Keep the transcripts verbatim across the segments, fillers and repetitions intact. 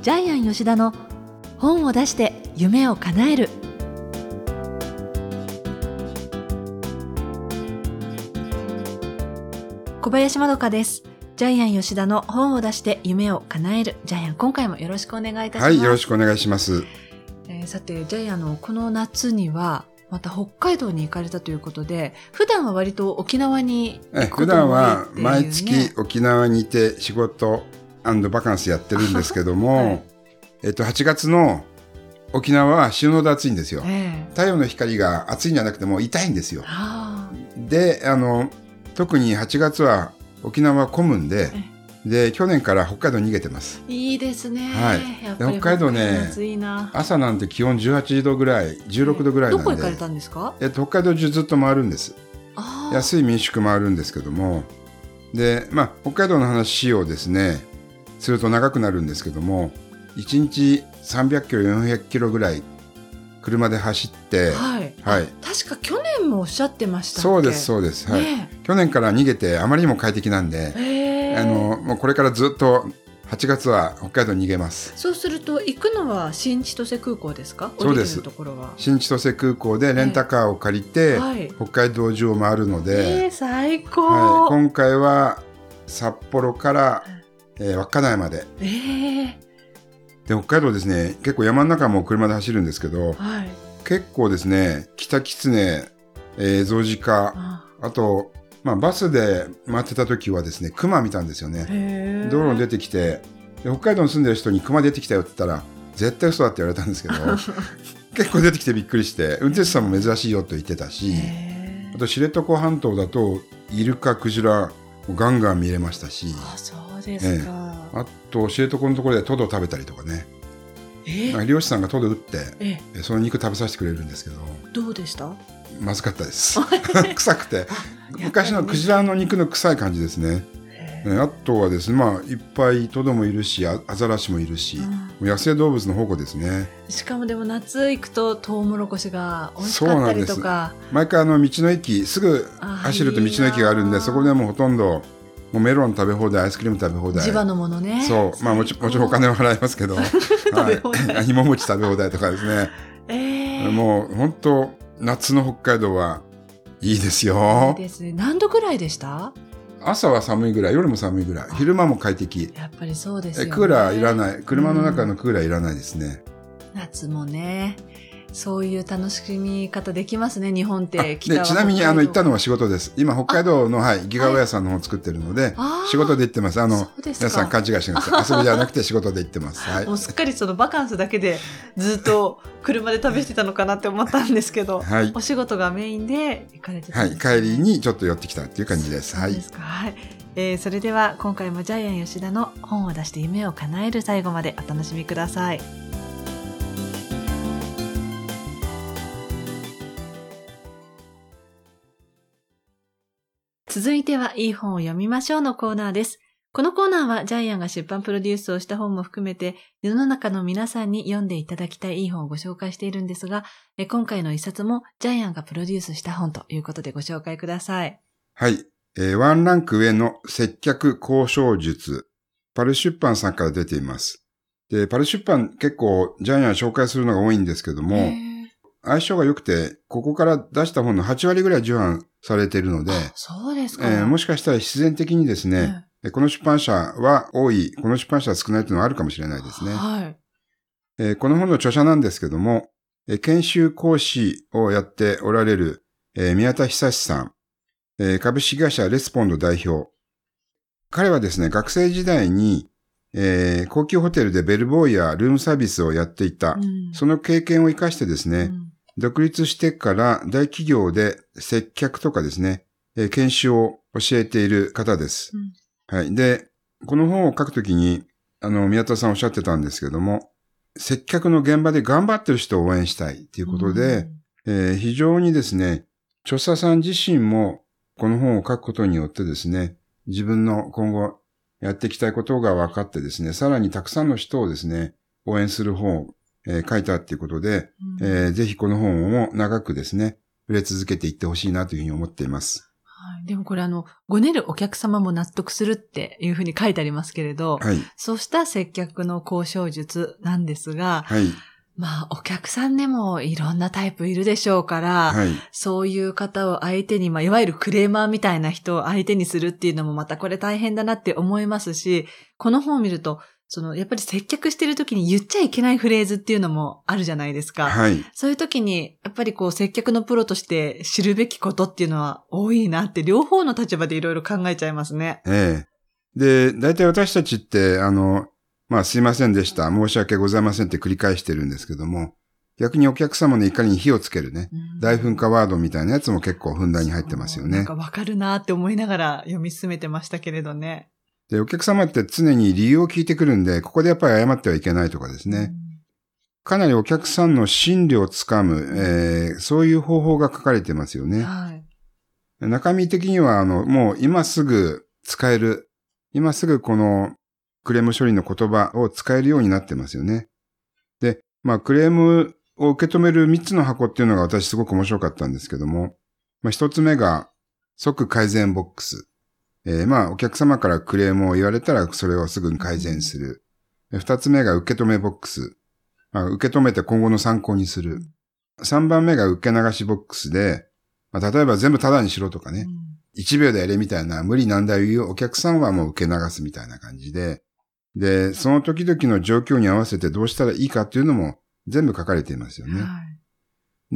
ジャイアン吉田の本を出して夢を叶える。小林まどかです。ジャイアン吉田の本を出して夢を叶える。ジャイアン、今回もよろしくお願いいたします。 はい、よろしくお願いします。 えー、さて、ジャイアンのこの夏にはまた北海道に行かれたということで、普段は割と沖縄に行くことも多いっていうね。 普段は毎月沖縄にいて仕事&バカンスやってるんですけども、はい、えっとはちがつの沖縄は死ぬほど暑いんですよ、えー、太陽の光が暑いんじゃなくてもう痛いんですよ。で、あの特にはちがつは沖縄は混むんで、で去年から北海道に逃げてます。 いいですね、 はい、やっぱり北海道ね、 暑いな。 朝なんて気温じゅうはちどぐらい、じゅうろくどぐらいなんで、 どこ行かれたんですか？ えっと、北海道中ずっと回るんです。安い民宿回るんですけども、で、まあ、北海道の話をですねすると長くなるんですけども、いちにちさんびゃっキロよんひゃくキロぐらい車で走って、 はいはい、確か去年もおっしゃってましたっけ？ そうですそうです、はい、ね、去年から逃げてあまりにも快適なんで、あのもうこれからずっとはちがつは北海道に逃げます。 そうすると行くのは新千歳空港ですか？ そうです。 ところは新千歳空港でレンタカーを借りて、はい、北海道中を回るので、 えー、最高、 はい、今回は札幌から、えー、稚内まで、 えー、 で北海道ですね、結構山の中も車で走るんですけど、 はい、結構ですね、北キツネ、エゾジカ、あ, あと、まあ、バスで回ってた時はですね、クマ見たんですよね。道路に出てきて、で北海道に住んでる人にクマ出てきたよって言ったら絶対嘘だって言われたんですけど結構出てきてびっくりして、運転手さんも珍しいよと言ってたし、あと知床半島だとイルカ、クジラガンガン見れましたし、 あ、そうですか、 ええ、あと知床のところでトド食べたりとかね、えー、漁師さんがトド撃って、えー、その肉食べさせてくれるんですけど、 どうでした？ まずかったです臭くて、昔のクジラの肉の臭い感じですね。あとはですね、まあ、いっぱいトドもいるし、アザラシもいるし、うん、野生動物の宝庫ですね。 しかもでも夏行くとトウモロコシが美味しかったりとか、 毎回あの道の駅、すぐ走ると道の駅があるんで、そこでもうほとんどもうメロン食べ放題、アイスクリーム食べ放題、 地場のものね。 そう、まあ、もち、もちろんお金は払いますけど食べ放題、 はい、芋餅食べ放題とかですね、 えー、 もう本当夏の北海道はいいですよ。 いいですね。何度ぐらいでした？ 朝は寒いぐらい、夜も寒いぐらい、昼間も快適。 やっぱりそうですよね。 クーラーいらない、車の中のクーラーいらないですね、 うん、夏もね、そういう楽しみ方できますね、日本って北は。 でちなみにあの行ったのは仕事です。今北海道の、はい、ギガウェアさんの方を作ってるので、はい、仕事で行ってます。あの皆さん勘違いしてください。遊びじゃなくて仕事で行ってます、はい、 もうすっかりそのバカンスだけでずっと車で旅してたのかなって思ったんですけど、はい、お仕事がメインで行かれてたんですね。 はい、帰りにちょっと寄ってきたっていう感じです。 そうですか、はい、えー、それでは今回もジャイアン吉田の本を出して夢を叶える、最後までお楽しみください。続いてはいい本を読みましょうのコーナーです。このコーナーはジャイアンが出版プロデュースをした本も含めて、世の中の皆さんに読んでいただきたいいい本をご紹介しているんですが、今回の一冊もジャイアンがプロデュースした本ということでご紹介ください。 はい、えー、ワンランク上の接客交渉術、パル出版さんから出ています。で、パル出版結構ジャイアン紹介するのが多いんですけども、相性が良くて、ここから出した本のはちわりぐらい重版されているので、 そうですか、 えー、もしかしたら必然的にですね、うん、この出版社は多い、この出版社は少ないというのはあるかもしれないですね。 はい、 えー、この本の著者なんですけども、えー、研修講師をやっておられる、えー、宮田久志さん、えー、株式会社レスポンド代表。彼はですね、学生時代に、えー、高級ホテルでベルボーイやルームサービスをやっていた、うん、その経験を生かしてですね、うん、独立してから大企業で接客とかですね、えー、研修を教えている方です、うん。はい。で、この本を書くときに、あの、宮田さんおっしゃってたんですけども、接客の現場で頑張ってる人を応援したいということで、うん、えー、非常にですね、著者さん自身もこの本を書くことによってですね、自分の今後やっていきたいことが分かってですね、さらにたくさんの人をですね、応援する本を、えー、書いたっていうことで、うんえー、ぜひこの本を長くですね、売れ続けていってほしいなというふうに思っています。 はでもこれあの、ごねるお客様も納得するっていうふうに書いてありますけれど、 はい。 そうした接客の交渉術なんですが、 はい。 まあ、お客さんでもいろんなタイプいるでしょうから、 はい。 そういう方を相手に、まあ、いわゆるクレーマーみたいな人を相手にするっていうのもまたこれ大変だなって思いますし、この本を見ると、その、やっぱり接客してる時に言っちゃいけないフレーズっていうのもあるじゃないですか。 はい。 そういう時に、やっぱりこう、接客のプロとして知るべきことっていうのは多いなって、両方の立場でいろいろ考えちゃいますね。 ええ。で、大体私たちって、あの、まあ、すいませんでした。申し訳ございませんって繰り返してるんですけども、逆にお客様の怒りに火をつけるね、大噴火ワードみたいなやつも結構ふんだんに入ってますよね。 なんかわかるなって思いながら読み進めてましたけれどね。 で、お客様って常に理由を聞いてくるんで、ここでやっぱり謝ってはいけないとかですね。うん、かなりお客さんの心理をつかむ、えー、そういう方法が書かれてますよね。はい、中身的には、あの、もう今すぐ使える、今すぐこのクレーム処理の言葉を使えるようになってますよね。で、まあ、クレームを受け止めるみっつの箱っていうのが私すごく面白かったんですけども、まあ、ひとつめが即改善ボックス。えー、まあ、お客様からクレームを言われたらそれをすぐに改善する。ふたつめが受け止めボックス。まあ、受け止めて今後の参考にする。さんばんめが受け流しボックスで、まあ、例えば全部タダにしろとかね、うん、いちびょうでやれみたいな無理難題を言うお客さんはもう受け流すみたいな感じで、で、その時々の状況に合わせてどうしたらいいかっていうのも全部書かれていますよね。はい、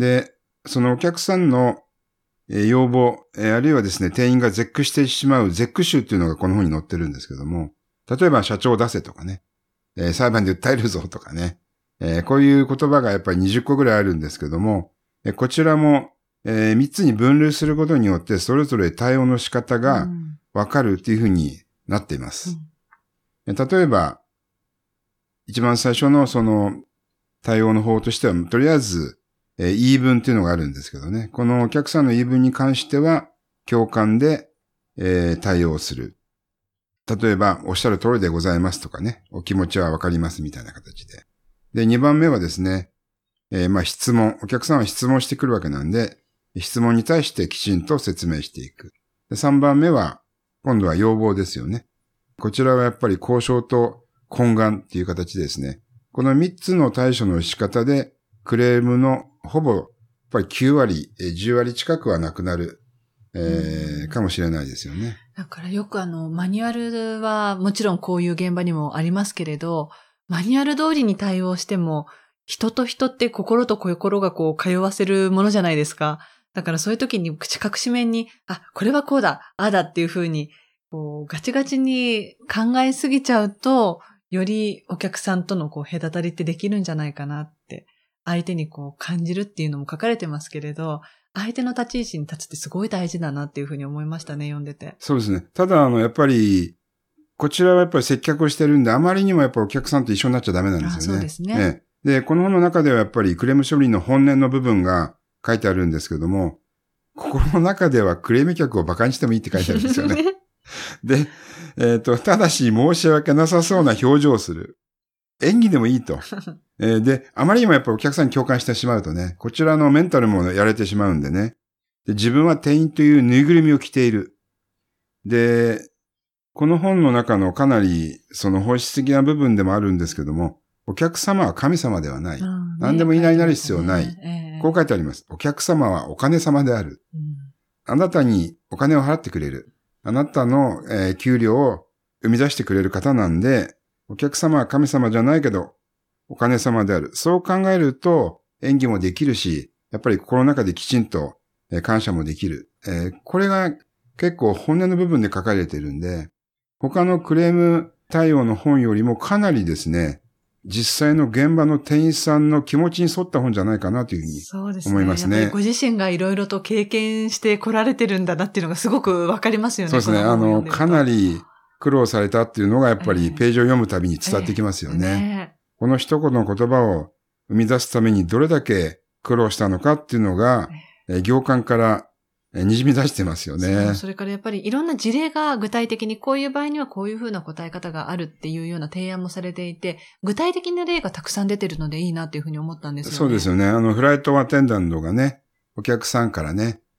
で、そのお客さんのえー、要望、えー、あるいはですね、店員が絶句してしまう絶句集っていうのがこの本に載ってるんですけども、例えば社長を出せとかね、えー、裁判で訴えるぞとかね、えー、こういう言葉がやっぱりにじゅっこぐらいあるんですけども、えー、こちらも、えー、みっつに分類することによってそれぞれ対応の仕方がわかるっていうふうになっています。うん、例えば、一番最初のその対応の方としては、とりあえず、えー、言い分っていうのがあるんですけどね。このお客さんの言い分に関しては、共感で、えー、対応する。例えば、おっしゃる通りでございますとかね。お気持ちはわかりますみたいな形で。で、にばんめはですね、えー、まあ質問。お客さんは質問してくるわけなんで、質問に対してきちんと説明していく。で、さんばんめは、今度は要望ですよね。こちらはやっぱり交渉と懇願っていう形でですね。このみっつの対処の仕方で、クレームのほぼ、やっぱりきゅうわり、じゅうわり近くはなくなる、えー、かもしれないですよね。 だからよくあの、マニュアルはもちろんこういう現場にもありますけれど、マニュアル通りに対応しても、人と人って心と心がこう通わせるものじゃないですか。だからそういう時に口隠し面に、あ、これはこうだ、ああだっていう風に、こう、ガチガチに考えすぎちゃうと、よりお客さんとのこう隔たりってできるんじゃないかなって。相手にこう感じるっていうのも書かれてますけれど、相手の立ち位置に立つってすごい大事だなっていうふうに思いましたね、読んでて。 そうですね。ただ、あの、やっぱり、こちらはやっぱり接客をしてるんで、あまりにもやっぱりお客さんと一緒になっちゃダメなんですよね。 そうですね。 ね。で、この本の中ではやっぱりクレーム処理の本音の部分が書いてあるんですけども、心の中ではクレーム客を馬鹿にしてもいいって書いてあるんですよね。で、えっと、ただし申し訳なさそうな表情をする。演技でもいいと。えー、で、あまりにもやっぱりお客さんに共感してしまうとね、こちらのメンタルもやれてしまうんでね。で、自分は店員というぬいぐるみを着ている。で、この本の中のかなりその本質的な部分でもあるんですけども、お客様は神様ではない。うん、何でも言いなりになる必要ない。ねえー、こう書いてあります。お客様はお金様である。うん、あなたにお金を払ってくれる。あなたの、えー、給料を生み出してくれる方なんで、お客様は神様じゃないけど、お金様である。そう考えると演技もできるし、やっぱり心の中できちんと感謝もできる。えー、これが結構本音の部分で書かれているんで、他のクレーム対応の本よりもかなりですね、実際の現場の店員さんの気持ちに沿った本じゃないかなというふうに思いますね。そうですね。やっぱりご自身がいろいろと経験して来られてるんだなっていうのがすごくわかりますよね。 そうですね。あの、かなり苦労されたっていうのがやっぱりページを読むたびに伝わってきますよね。えーえーね、この一言の言葉を生み出すためにどれだけ苦労したのかっていうのが、えー、行間から滲み出してますよね。 そう、それからやっぱりいろんな事例が具体的にこういう場合にはこういうふうな答え方があるっていうような提案もされていて、具体的な例がたくさん出てるのでいいなっていうふうに思ったんですよね。 そうですよね。あの、フライトアテンダントがね、お客さんからね、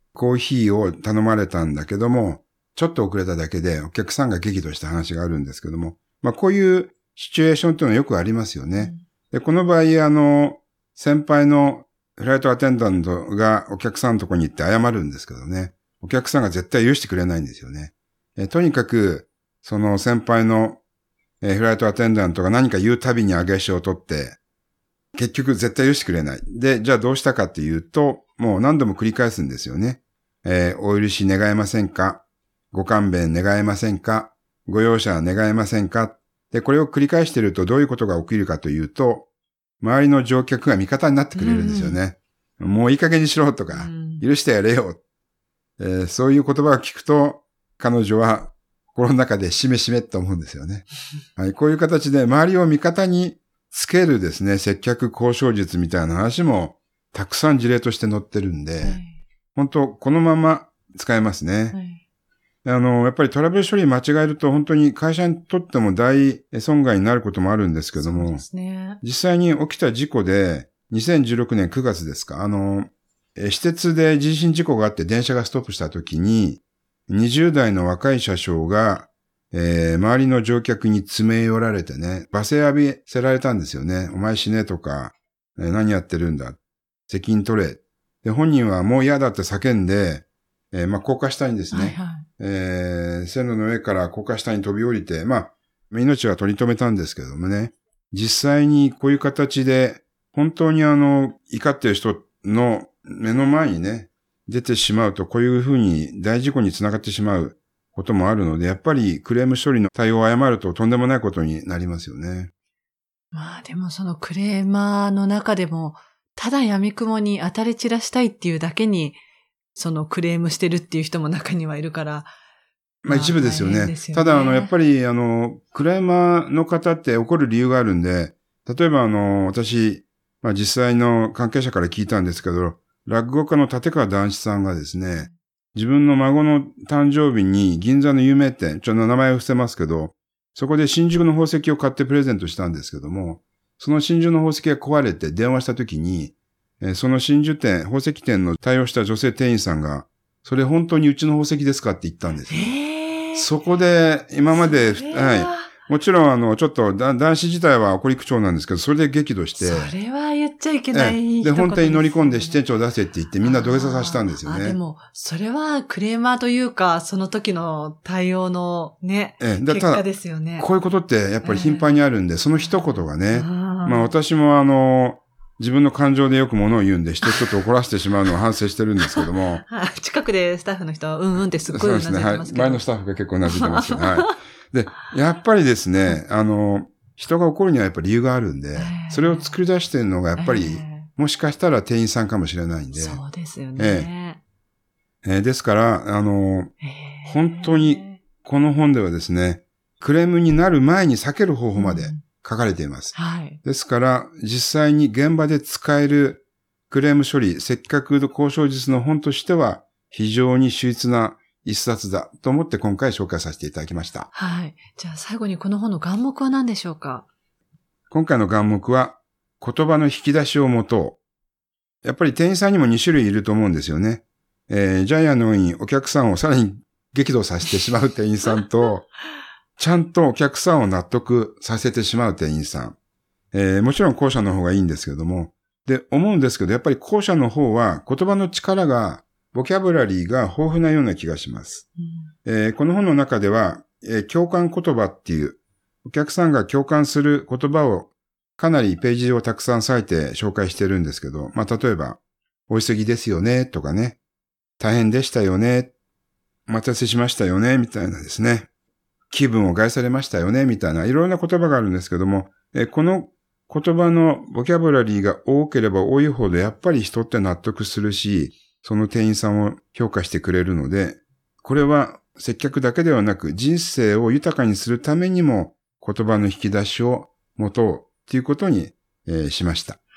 コーヒーを頼まれたんだけども、ちょっと遅れただけでお客さんが激怒した話があるんですけども、まあこういうシチュエーションっていうのはよくありますよね。うん、で、この場合、あの、先輩のフライトアテンダントがお客さんのとこに行って謝るんですけどね、お客さんが絶対許してくれないんですよね。えとにかく、その先輩のえフライトアテンダントが何か言うたびに上げ足を取って、結局絶対許してくれない。で、じゃあどうしたかっていうと、もう何度も繰り返すんですよね。えー、お許し願えませんか？ご勘弁願えませんか？ご容赦願えませんか？で、これを繰り返しているとどういうことが起きるかというと、周りの乗客が味方になってくれるんですよね。うん、もういい加減にしろとか、うん、許してやれよ、えー。そういう言葉を聞くと、彼女は心の中でしめしめって思うんですよね。はい、こういう形で周りを味方につけるですね、接客交渉術みたいな話もたくさん事例として載ってるんで、はい、本当このまま使えますね。はい、あの、やっぱりトラブル処理間違えると本当に会社にとっても大損害になることもあるんですけども、そうですね、実際に起きた事故でにせんじゅうろくねんくがつですか、あの、私鉄で人身事故があって電車がストップした時に、にじゅう代の若い車掌が、えー、周りの乗客に詰め寄られてね、罵声浴びせられたんですよね。お前死ねとか、えー、何やってるんだ。責任取れ。で、本人はもう嫌だって叫んで、えー、まあ、高架下にですね、はいはい、えー、線路の上から高架下に飛び降りて、まあ、命は取り留めたんですけどもね、実際にこういう形で、本当にあの、怒ってる人の目の前にね、出てしまうと、こういうふうに大事故につながってしまうこともあるので、やっぱりクレーム処理の対応を誤るととんでもないことになりますよね。 まあでもそのクレーマーの中でも、ただ闇雲に当たり散らしたいっていうだけに、そのクレームしてるっていう人も中にはいるから。 まあ一部ですよね。ですよね。ただあの、やっぱりあの、クレーマーの方って怒る理由があるんで、例えばあの、私、まあ実際の関係者から聞いたんですけど、落語家の立川談志さんがですね、自分の孫の誕生日に銀座の有名店、ちょっと名前を伏せますけど、そこで真珠の宝石を買ってプレゼントしたんですけども、その真珠の宝石が壊れて電話した時に、その真珠店、宝石店の対応した女性店員さんが、それ本当にうちの宝石ですかって言ったんですよ。そこで今まで、はい。もちろん、あの、ちょっと、男子自体は怒り口調なんですけど、それで激怒して。 それは言っちゃいけない、 ね。で、本店に乗り込んで支店長出せって言って、みんな土下座させたんですよね。 あ、でも、それはクレーマーというか、その時の対応のね、ええ、結果ですよね。 こういうことって、やっぱり頻繁にあるんで、えー、その一言がね、あまあ私もあの、自分の感情でよく物を言うんで、人ちょっと怒らせてしまうのを反省してるんですけども。 近くでスタッフの人は、うんうんってすっごいうなずいてますけど。そうですね。 はい。前のスタッフが結構うなずいてますよ。はい。で、やっぱりですね、あの、人が怒るにはやっぱり理由があるんで、それを作り出してるのがやっぱり、もしかしたら店員さんかもしれないんで。 そうですよね。 えええー、ですから、あの、本当にこの本ではですね、クレームになる前に避ける方法まで書かれています。うん、はい。ですから、実際に現場で使えるクレーム処理、接客交渉術の本としては、非常に秀逸な一冊だと思って今回紹介させていただきました。 はい。じゃあ最後にこの本の眼目は何でしょうか？ 今回の眼目は言葉の引き出しを持とう。やっぱり店員さんにもに種類いると思うんですよね。えー、ジャイアンのようにお客さんをさらに激怒させてしまう店員さんと、ちゃんとお客さんを納得させてしまう店員さん。えー、もちろん後者の方がいいんですけども。で、思うんですけど、やっぱり後者の方は言葉の力がボキャブラリーが豊富なような気がします。うんえー、この本の中では、えー、共感言葉っていう、お客さんが共感する言葉をかなりページをたくさん割いて紹介してるんですけど、まあ、例えば、お急ぎですよね、とかね、大変でしたよね、お待たせしましたよね、みたいなですね、気分を害されましたよね、みたいな、いろんな言葉があるんですけども、えー、この言葉のボキャブラリーが多ければ多いほど、やっぱり人って納得するし、その店員さんを評価してくれるので、これは接客だけではなく人生を豊かにするためにも言葉の引き出しを持とうということに、えー、しました。はい。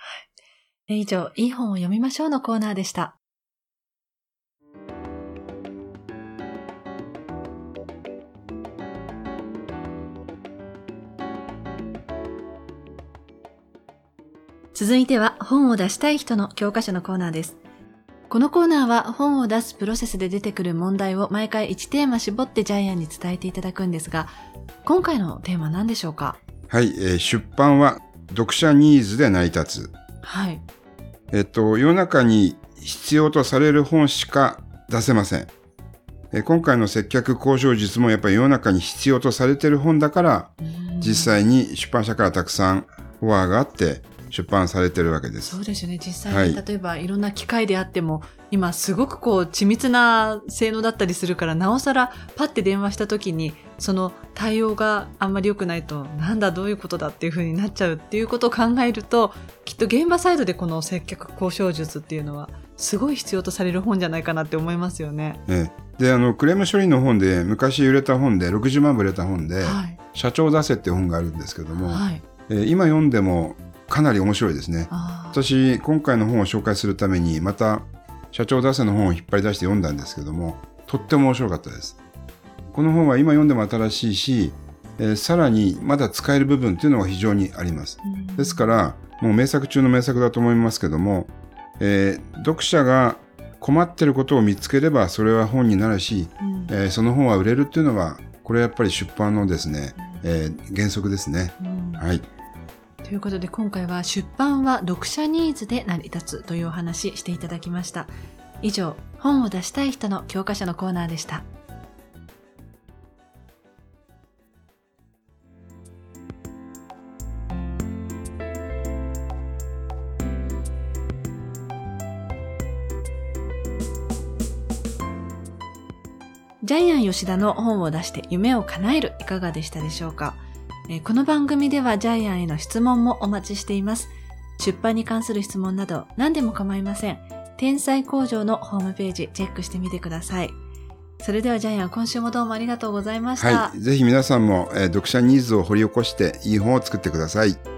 以上、いい本を読みましょうのコーナーでした。続いては本を出したい人の教科書のコーナーです。 このコーナーは本を出すプロセスで出てくる問題を毎回いちテーマ絞ってジャイアンに伝えていただくんですが、今回のテーマは何でしょうか？ はい、えー、出版は読者ニーズで成り立つ。 はい。 えっと、世の中に必要とされる本しか出せません。えー、今回の接客交渉術もやっぱり世の中に必要とされている本だから、実際に出版社からたくさんオファーがあって出版されてるわけです。 そうですよね。実際に、はい、例えばいろんな機械であっても、今すごくこう緻密な性能だったりするから、なおさらパッて電話した時にその対応があんまり良くないと、なんだどういうことだっていう風になっちゃうっていうことを考えると、きっと現場サイドでこの接客交渉術っていうのはすごい必要とされる本じゃないかなって思いますよね。 ええ、であのクレーム処理の本で昔売れた本でろくじゅうまんぶ売れた本で、はい、社長出せっていう本があるんですけども、はい、えー、今読んでもかなり面白いですね。私今回の本を紹介するためにまた社長出せの本を引っ張り出して読んだんですけども、とっても面白かったです。この本は今読んでも新しいし、えー、さらにまだ使える部分っていうのが非常にあります。ですからもう名作中の名作だと思いますけども、えー、読者が困ってることを見つければそれは本になるし、うん、えー、その本は売れるっていうのはこれはやっぱり出版のですね、えー、原則ですね。うん、はい。 ということで今回は出版は読者ニーズで成り立つというお話していただきました。以上、本を出したい人の教科書のコーナーでした。ジャイアン吉田の本を出して夢を叶える、いかがでしたでしょうか？えー、この番組ではジャイアンへの質問もお待ちしています。出版に関する質問など何でも構いません。天才工場のホームページチェックしてみてください。それではジャイアン、今週もどうもありがとうございました。 はい、ぜひ皆さんも、えー、読者ニーズを掘り起こしていい本を作ってください。